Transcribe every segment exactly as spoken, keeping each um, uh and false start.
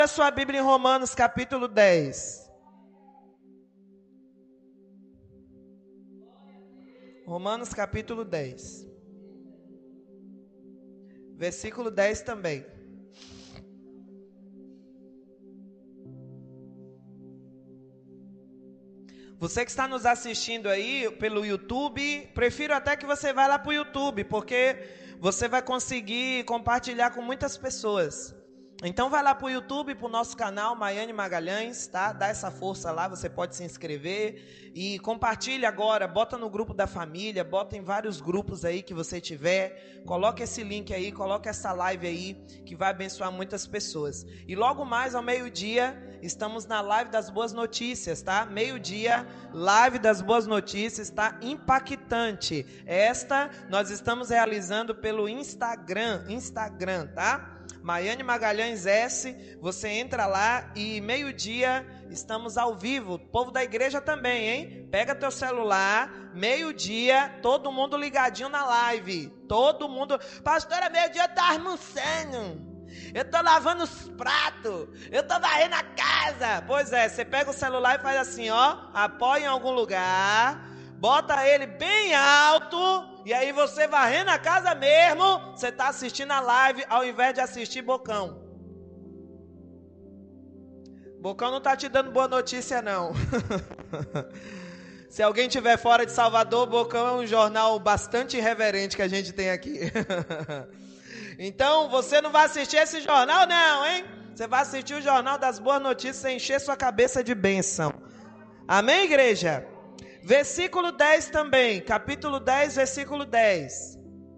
A sua Bíblia em Romanos capítulo dez. Romanos capítulo dez. Versículo dez também. Você que está nos assistindo aí pelo YouTube, prefiro até que você vá lá para o YouTube, porque você vai conseguir compartilhar com muitas pessoas. Então vai lá para o YouTube, para o nosso canal Maiane Magalhães, tá? Dá essa força lá, você pode se inscrever e compartilha agora, bota no grupo da família, bota em vários grupos aí que você tiver, coloca esse link aí, coloca essa live aí, que vai abençoar muitas pessoas. E logo mais ao meio-dia, estamos na live das boas notícias, tá? Meio-dia, live das boas notícias, tá? Impactante. Esta nós estamos realizando pelo Instagram, Instagram, tá? Maiane Magalhães S, você entra lá e meio-dia estamos ao vivo, povo da igreja também, hein? Pega teu celular, meio-dia, todo mundo ligadinho na live, todo mundo, pastora, meio-dia eu tô almoçando, eu tô lavando os pratos, eu tô varrendo a casa. Pois é, você pega o celular e faz assim, ó, apoia em algum lugar, bota ele bem alto, e aí você varrendo a casa mesmo, você está assistindo a live ao invés de assistir Bocão. Bocão não está te dando boa notícia não. Se alguém estiver fora de Salvador, Bocão é um jornal bastante irreverente que a gente tem aqui. Então você não vai assistir esse jornal não, hein? Você vai assistir o jornal das boas notícias e encher sua cabeça de bênção. Amém, igreja? Versículo dez também, capítulo dez, versículo dez.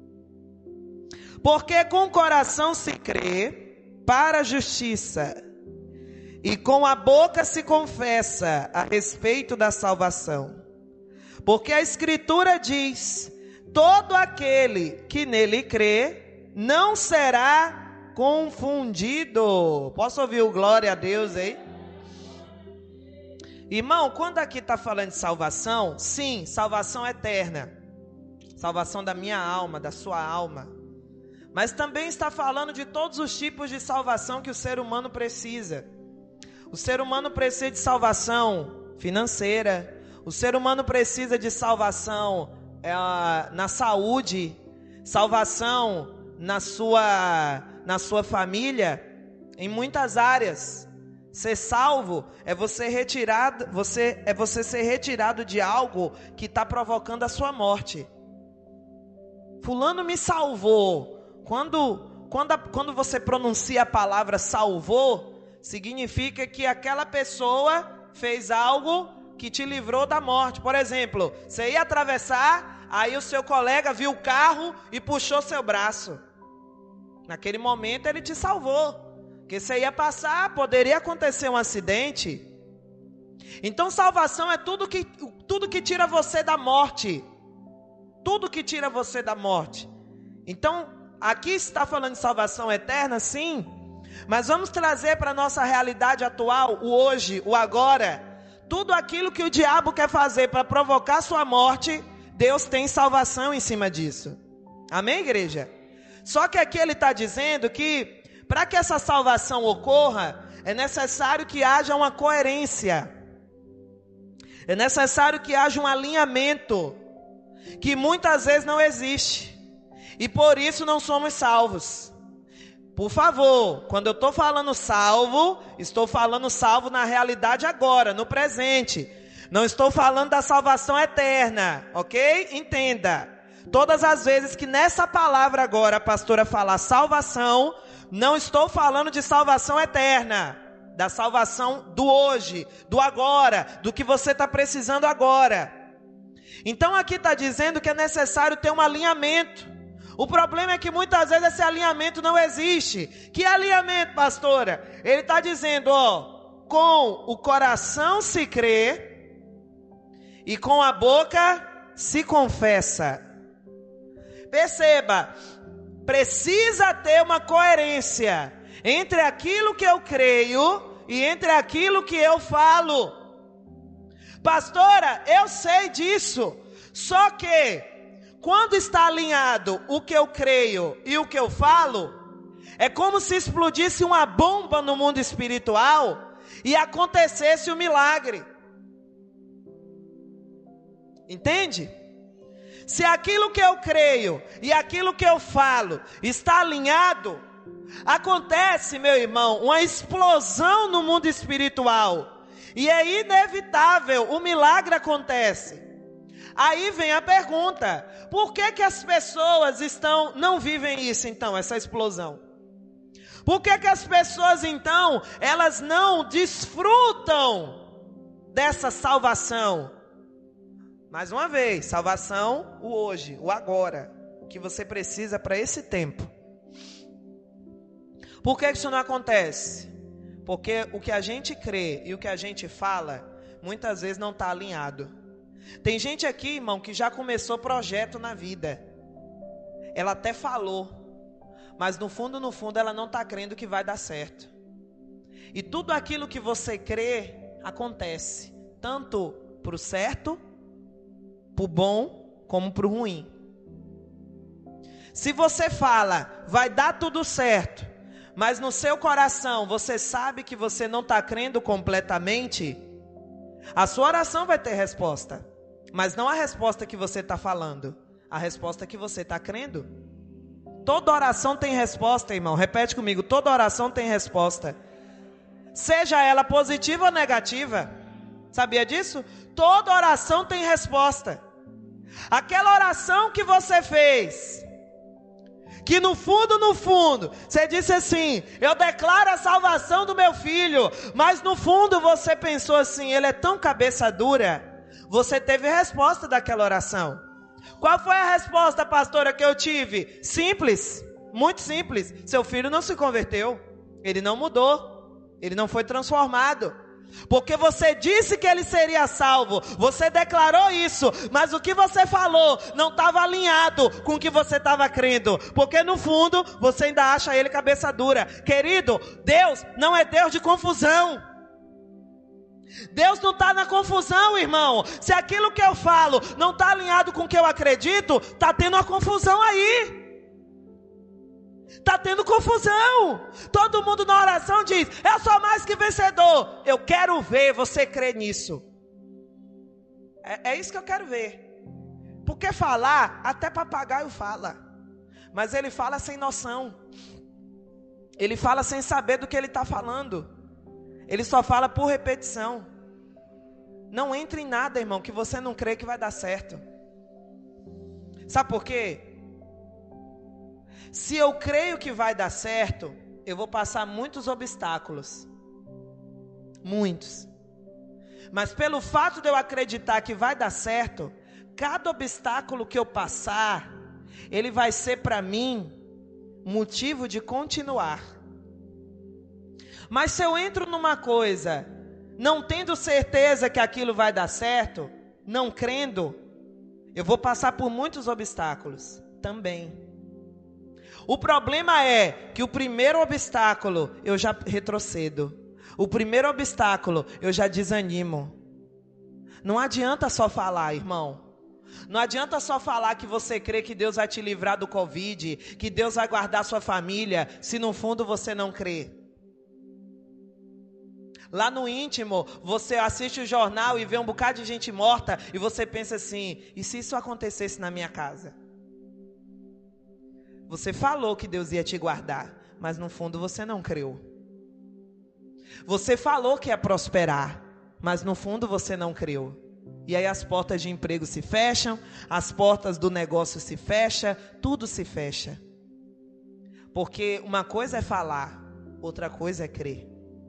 Porque com o coração se crê para a justiça, e com a boca se confessa a respeito da salvação. Porque a Escritura diz, todo aquele que nele crê, não será confundido. Posso ouvir o glória a Deus aí? Irmão, quando aqui está falando de salvação, sim, salvação eterna, salvação da minha alma, da sua alma, mas também está falando de todos os tipos de salvação que o ser humano precisa. O ser humano precisa de salvação financeira, o ser humano precisa de salvação é, na saúde, salvação na sua, na sua família, em muitas áreas. Ser salvo é você retirado, você é você ser retirado de algo que está provocando a sua morte. Fulano me salvou. Quando, quando, quando você pronuncia a palavra salvou, significa que aquela pessoa fez algo que te livrou da morte. Por exemplo, você ia atravessar, aí o seu colega viu o carro e puxou seu braço. Naquele momento ele te salvou. Porque você ia passar, poderia acontecer um acidente. Então salvação é tudo que, tudo que tira você da morte. Tudo que tira você da morte. Então, aqui está falando de salvação eterna, sim. Mas vamos trazer para a nossa realidade atual, o hoje, o agora. Tudo aquilo que o diabo quer fazer para provocar sua morte, Deus tem salvação em cima disso. Amém, igreja? Só que aqui ele está dizendo que para que essa salvação ocorra, é necessário que haja uma coerência. É necessário que haja um alinhamento, que muitas vezes não existe. E por isso não somos salvos. Por favor, quando eu estou falando salvo, estou falando salvo na realidade agora, no presente. Não estou falando da salvação eterna, ok? Entenda. Todas as vezes que nessa palavra agora a pastora falar salvação, não estou falando de salvação eterna, da salvação do hoje, do agora, do que você está precisando agora. Então aqui está dizendo que é necessário ter um alinhamento. O problema é que muitas vezes esse alinhamento não existe. Que alinhamento, pastora? Ele está dizendo, ó, com o coração se crê e com a boca se confessa. Perceba, precisa ter uma coerência entre aquilo que eu creio e entre aquilo que eu falo. Pastora, eu sei disso, só que quando está alinhado o que eu creio e o que eu falo, É como se explodisse uma bomba no mundo espiritual e acontecesse o milagre. Entende? Se aquilo que eu creio e aquilo que eu falo está alinhado, acontece, meu irmão, uma explosão no mundo espiritual. E é inevitável, o milagre acontece. Aí vem a pergunta: por que que as pessoas estão, não vivem isso então, essa explosão? Por que que as pessoas então, elas não desfrutam dessa salvação? Mais uma vez, salvação, o hoje, o agora, o que você precisa para esse tempo. Por que isso não acontece? Porque o que a gente crê e o que a gente fala, muitas vezes não está alinhado. Tem gente aqui, irmão, que já começou projeto na vida. Ela até falou, mas no fundo, no fundo, ela não está crendo que vai dar certo. E tudo aquilo que você crê, acontece. Tanto para o certo, para o bom, como para o ruim. Se você fala, vai dar tudo certo, mas no seu coração você sabe que você não está crendo completamente, a sua oração vai ter resposta, mas não a resposta que você está falando, a resposta que você está crendo. Toda oração tem resposta, irmão, repete comigo, toda oração tem resposta, seja ela positiva ou negativa. Sabia disso? Toda oração tem resposta. Aquela oração que você fez, que no fundo, no fundo, você disse assim, eu declaro a salvação do meu filho, mas no fundo você pensou assim, ele é tão cabeça dura. Você teve resposta daquela oração. Qual foi a resposta, pastora, que eu tive? Simples, muito simples. Seu filho não se converteu, ele não mudou, ele não foi transformado. Porque você disse que ele seria salvo, você declarou isso, mas o que você falou não estava alinhado com o que você estava crendo, porque no fundo você ainda acha ele cabeça dura. Querido, Deus não é Deus de confusão. Deus não está na confusão, irmão. Se aquilo que eu falo não está alinhado com o que eu acredito, está tendo uma confusão aí. Está tendo confusão. Todo mundo na oração diz, eu sou mais que vencedor. Eu quero ver você crer nisso. É, é isso que eu quero ver. Porque falar, até papagaio fala, mas ele fala sem noção. Ele fala sem saber do que ele está falando. Ele só fala por repetição. Não entre em nada, irmão, que você não crê que vai dar certo. Sabe por quê? Se eu creio que vai dar certo, eu vou passar muitos obstáculos. Muitos. Mas pelo fato de eu acreditar que vai dar certo, cada obstáculo que eu passar, ele vai ser para mim motivo de continuar. Mas se eu entro numa coisa, não tendo certeza que aquilo vai dar certo, não crendo, eu vou passar por muitos obstáculos também. O problema é que o primeiro obstáculo eu já retrocedo. O primeiro obstáculo eu já desanimo. Não adianta só falar, irmão. Não adianta só falar que você crê que Deus vai te livrar do Covid, que Deus vai guardar sua família, se no fundo você não crê. Lá no íntimo, você assiste o jornal e vê um bocado de gente morta e você pensa assim, e se isso acontecesse na minha casa? Você falou que Deus ia te guardar, mas no fundo você não creu. Você falou que ia prosperar, mas no fundo você não creu. E aí as portas de emprego se fecham, as portas do negócio se fecham, tudo se fecha. Porque uma coisa é falar, outra coisa é crer.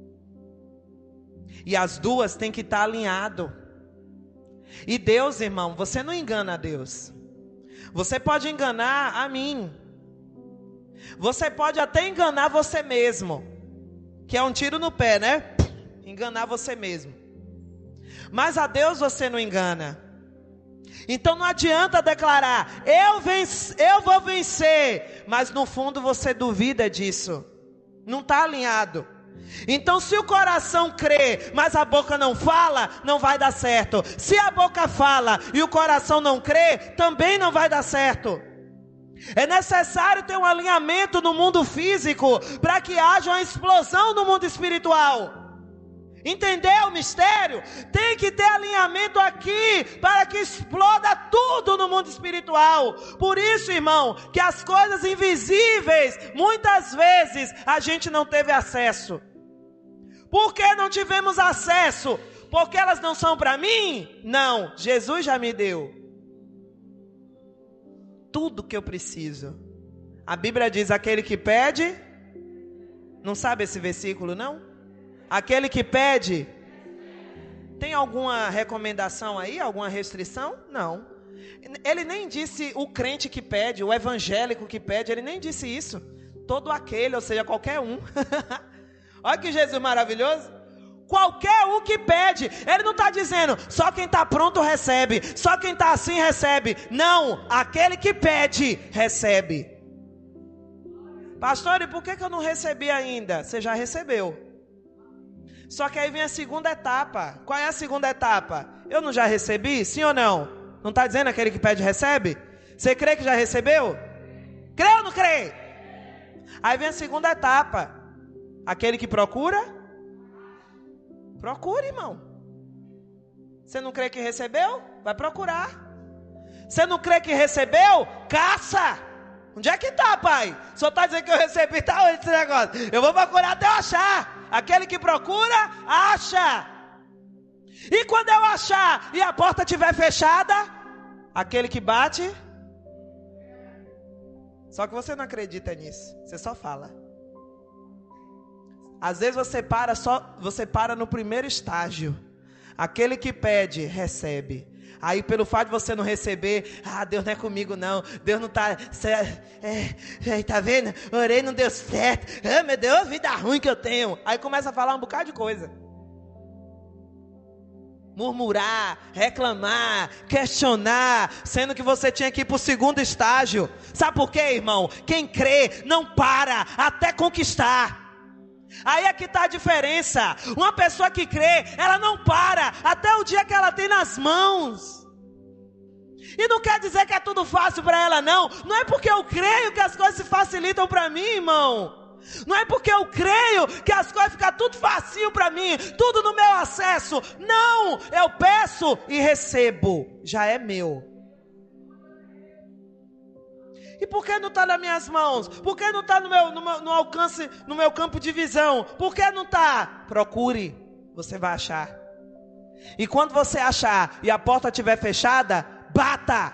E as duas têm que estar alinhado. E Deus, irmão, você não engana a Deus. Você pode enganar a mim. Você pode até enganar você mesmo, que é um tiro no pé, né? Enganar você mesmo. Mas a Deus você não engana. Então não adianta declarar, eu, venci, eu vou vencer, mas no fundo você duvida disso. Não está alinhado. Então se o coração crê, mas a boca não fala, não vai dar certo. Se a boca fala e o coração não crê, também não vai dar certo. É necessário ter um alinhamento no mundo físico para que haja uma explosão no mundo espiritual. Entendeu o mistério? Tem que ter alinhamento aqui para que exploda tudo no mundo espiritual. Por isso, irmão, que as coisas invisíveis, muitas vezes, a gente não teve acesso. Por que não tivemos acesso? Porque elas não são para mim? Não, Jesus já me deu tudo que eu preciso. A Bíblia diz, aquele que pede, não sabe esse versículo não? Aquele que pede, tem alguma recomendação aí, alguma restrição? Não. Ele nem disse o crente que pede, o evangélico que pede, ele nem disse isso. Todo aquele, ou seja, qualquer um. Olha que Jesus maravilhoso. Qualquer um que pede, ele não está dizendo, só quem está pronto recebe, só quem está assim recebe. Não, aquele que pede, recebe. Pastor, e por que que eu não recebi ainda? Você já recebeu. Só que aí vem a segunda etapa. Qual é a segunda etapa? Eu não já recebi? Sim ou não? Não está dizendo aquele que pede recebe? Você crê que já recebeu? Crê ou não crê? Aí vem a segunda etapa. Aquele que procura? Procure, irmão. Você não crê que recebeu? Vai procurar. Você não crê que recebeu? Caça. Onde é que está, pai? O senhor está dizendo que eu recebi, tá onde esse negócio? Eu vou procurar até eu achar. Aquele que procura, acha. E quando eu achar e a porta estiver fechada, aquele que bate. Só que você não acredita nisso. Você só fala. Às vezes você para só, você para no primeiro estágio. Aquele que pede, recebe. Aí pelo fato de você não receber, ah, Deus não é comigo não, Deus não está, é, é, tá vendo? Orei, não deu certo, ah, meu Deus, vida ruim que eu tenho. Aí começa a falar um bocado de coisa. Murmurar, reclamar, questionar, sendo que você tinha que ir para o segundo estágio. Sabe por quê, irmão? Quem crê não para até conquistar. Aí é que está a diferença. Uma pessoa que crê, ela não para até o dia que ela tem nas mãos. E não quer dizer que é tudo fácil para ela não. Não é porque eu creio que as coisas se facilitam para mim, irmão. Não é porque eu creio que as coisas ficam tudo facinho para mim, tudo no meu acesso. Não, eu peço e recebo, já é meu. E por que não está nas minhas mãos? Por que não está no meu, no, meu, no alcance, no meu campo de visão? Por que não está? Procure, você vai achar. E quando você achar e a porta estiver fechada, bata.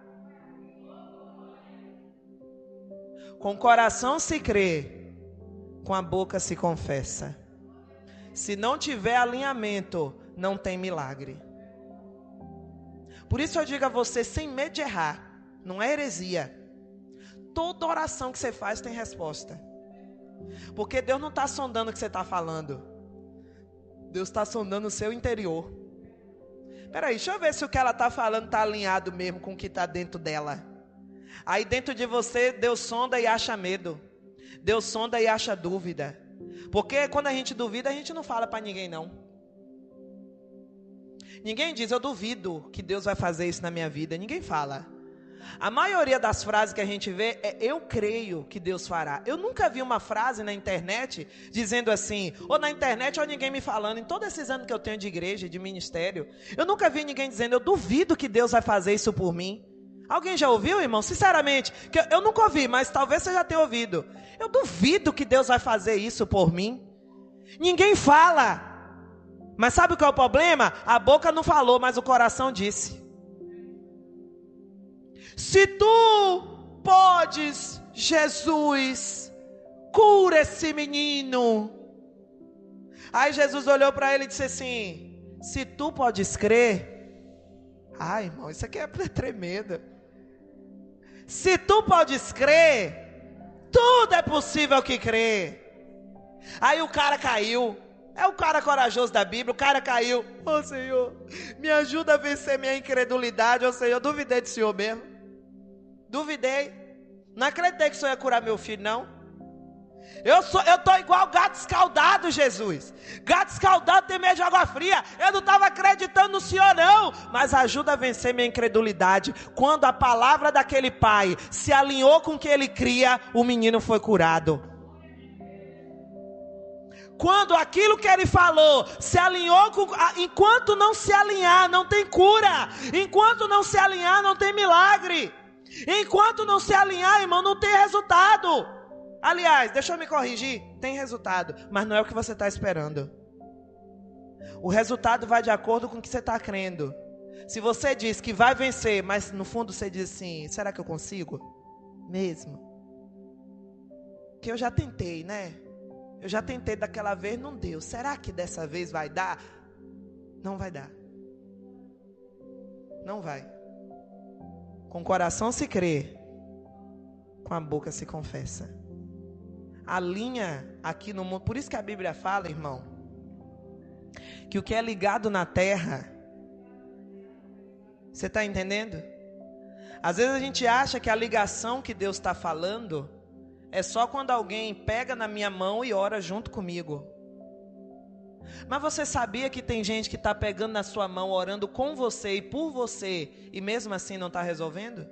Com o coração se crê, com a boca se confessa. Se não tiver alinhamento, não tem milagre. Por isso eu digo a você, sem medo de errar, não é heresia. Toda oração que você faz tem resposta. Porque Deus não está sondando o que você está falando. Deus está sondando o seu interior. Espera aí, deixa eu ver se o que ela está falando está alinhado mesmo com o que está dentro dela. Aí dentro de você, Deus sonda e acha medo. Deus sonda e acha dúvida. Porque quando a gente duvida, a gente não fala para ninguém não. Ninguém diz, eu duvido que Deus vai fazer isso na minha vida. Ninguém fala. A maioria das frases que a gente vê é eu creio que Deus fará. Eu nunca vi uma frase na internet dizendo assim, ou na internet ou ninguém me falando, em todos esses anos que eu tenho de igreja, de ministério, eu nunca vi ninguém dizendo, eu duvido que Deus vai fazer isso por mim. Alguém já ouviu, irmão? Sinceramente, que eu, eu nunca ouvi, mas talvez você já tenha ouvido. Eu duvido que Deus vai fazer isso por mim. Ninguém fala. Mas sabe o que é o problema? A boca não falou, mas o coração disse. Se tu podes, Jesus, cura esse menino. Aí Jesus olhou para ele e disse assim, se tu podes crer. Ai, irmão, isso aqui é tremendo. Se tu podes crer, tudo é possível que crê. Aí o cara caiu. É o cara corajoso da Bíblia, o cara caiu. Ô oh, Senhor, me ajuda a vencer minha incredulidade. Ô oh, Senhor, eu duvidei do Senhor mesmo. Duvidei. Não acreditei que o Senhor ia curar meu filho, não. Eu sou, eu tô igual gato escaldado, Jesus. Gato escaldado tem medo de água fria. Eu não estava acreditando no Senhor não. Mas ajuda a vencer minha incredulidade. Quando a palavra daquele pai se alinhou com o que ele cria, o menino foi curado. Quando aquilo que ele falou se alinhou com... Enquanto não se alinhar, não tem cura. Enquanto não se alinhar, não tem milagre. Enquanto não se alinhar, irmão, não tem resultado. Aliás, deixa eu me corrigir, tem resultado, mas não é o que você está esperando. O resultado vai de acordo com o que você está crendo. Se você diz que vai vencer, mas no fundo você diz assim, será que eu consigo? Mesmo? Que eu já tentei, né? Eu já tentei daquela vez, não deu. Será que dessa vez vai dar? Não vai dar. Não vai. Com o coração se crê, com a boca se confessa. A linha aqui no mundo, por isso que a Bíblia fala, irmão, que o que é ligado na terra, você está entendendo? Às vezes a gente acha que a ligação que Deus está falando é só quando alguém pega na minha mão e ora junto comigo. Mas você sabia que tem gente que está pegando na sua mão, orando com você e por você, e mesmo assim não está resolvendo?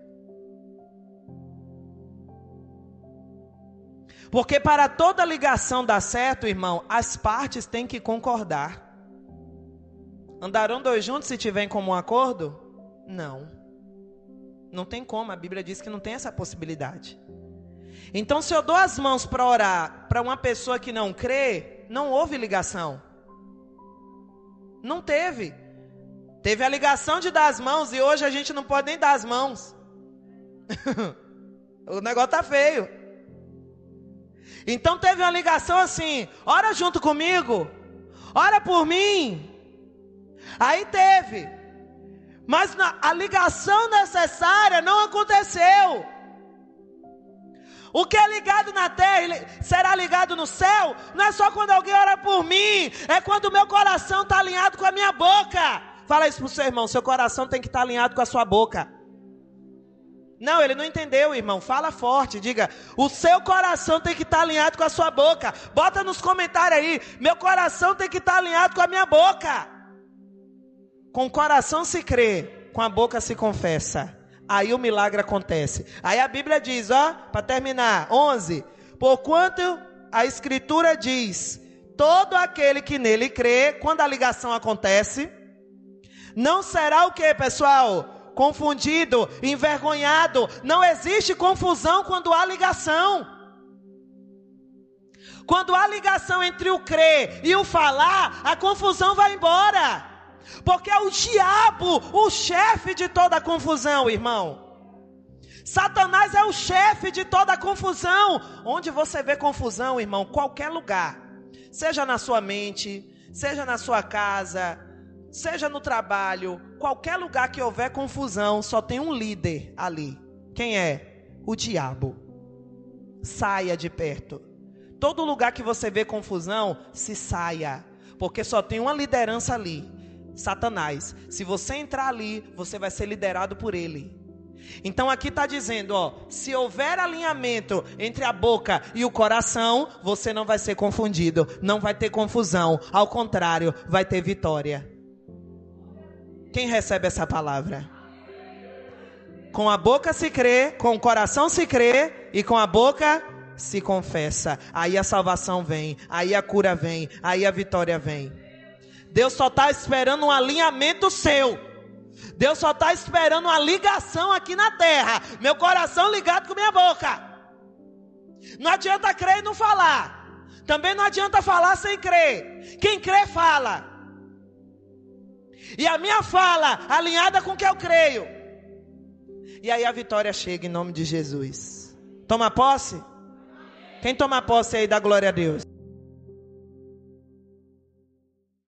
Porque para toda ligação dar certo, irmão, as partes têm que concordar. Andarão dois juntos se tiverem como um acordo? Não. Não tem como, a Bíblia diz que não tem essa possibilidade. Então, se eu dou as mãos para orar para uma pessoa que não crê, não houve ligação. Não teve. Teve a ligação de dar as mãos e hoje a gente não pode nem dar as mãos. O negócio tá feio. Então teve uma ligação assim, ora junto comigo, ora por mim. Aí teve, mas a ligação necessária não aconteceu. O que é ligado na terra será ligado no céu. Não é só quando alguém ora por mim, é quando o meu coração está alinhado com a minha boca. Fala isso para o seu irmão, seu coração tem que estar alinhado com a sua boca. Não, ele não entendeu, irmão. Fala forte, diga, o seu coração tem que estar alinhado com a sua boca. Bota nos comentários aí, meu coração tem que estar alinhado com a minha boca. Com o coração se crê, com a boca se confessa. Aí o milagre acontece. Aí a Bíblia diz, ó, para terminar, onze. Porquanto a Escritura diz, todo aquele que nele crê, quando a ligação acontece, não será o que, pessoal? Confundido, envergonhado. Não existe confusão quando há ligação. Quando há ligação entre o crer e o falar, a confusão vai embora. Porque é o diabo, o chefe de toda a confusão, irmão. Satanás é o chefe de toda a confusão. Onde você vê confusão, irmão, qualquer lugar, seja na sua mente, seja na sua casa, seja no trabalho, qualquer lugar que houver confusão, só tem um líder ali. Quem é? O diabo. Saia de perto. Todo lugar que você vê confusão, se saia, porque só tem uma liderança ali, Satanás. Se você entrar ali, você vai ser liderado por ele. Então aqui está dizendo, ó, se houver alinhamento entre a boca e o coração, você não vai ser confundido, não vai ter confusão, ao contrário, vai ter vitória. Quem recebe essa palavra? Com a boca se crê, com o coração se crê e com a boca se confessa. Aí a salvação vem, aí a cura vem, aí a vitória vem. Deus só está esperando um alinhamento seu. Deus só está esperando uma ligação aqui na terra. Meu coração ligado com minha boca. Não adianta crer e não falar. Também não adianta falar sem crer. Quem crê fala. E a minha fala alinhada com o que eu creio. E aí a vitória chega em nome de Jesus. Toma posse? Quem toma posse aí dá glória a Deus.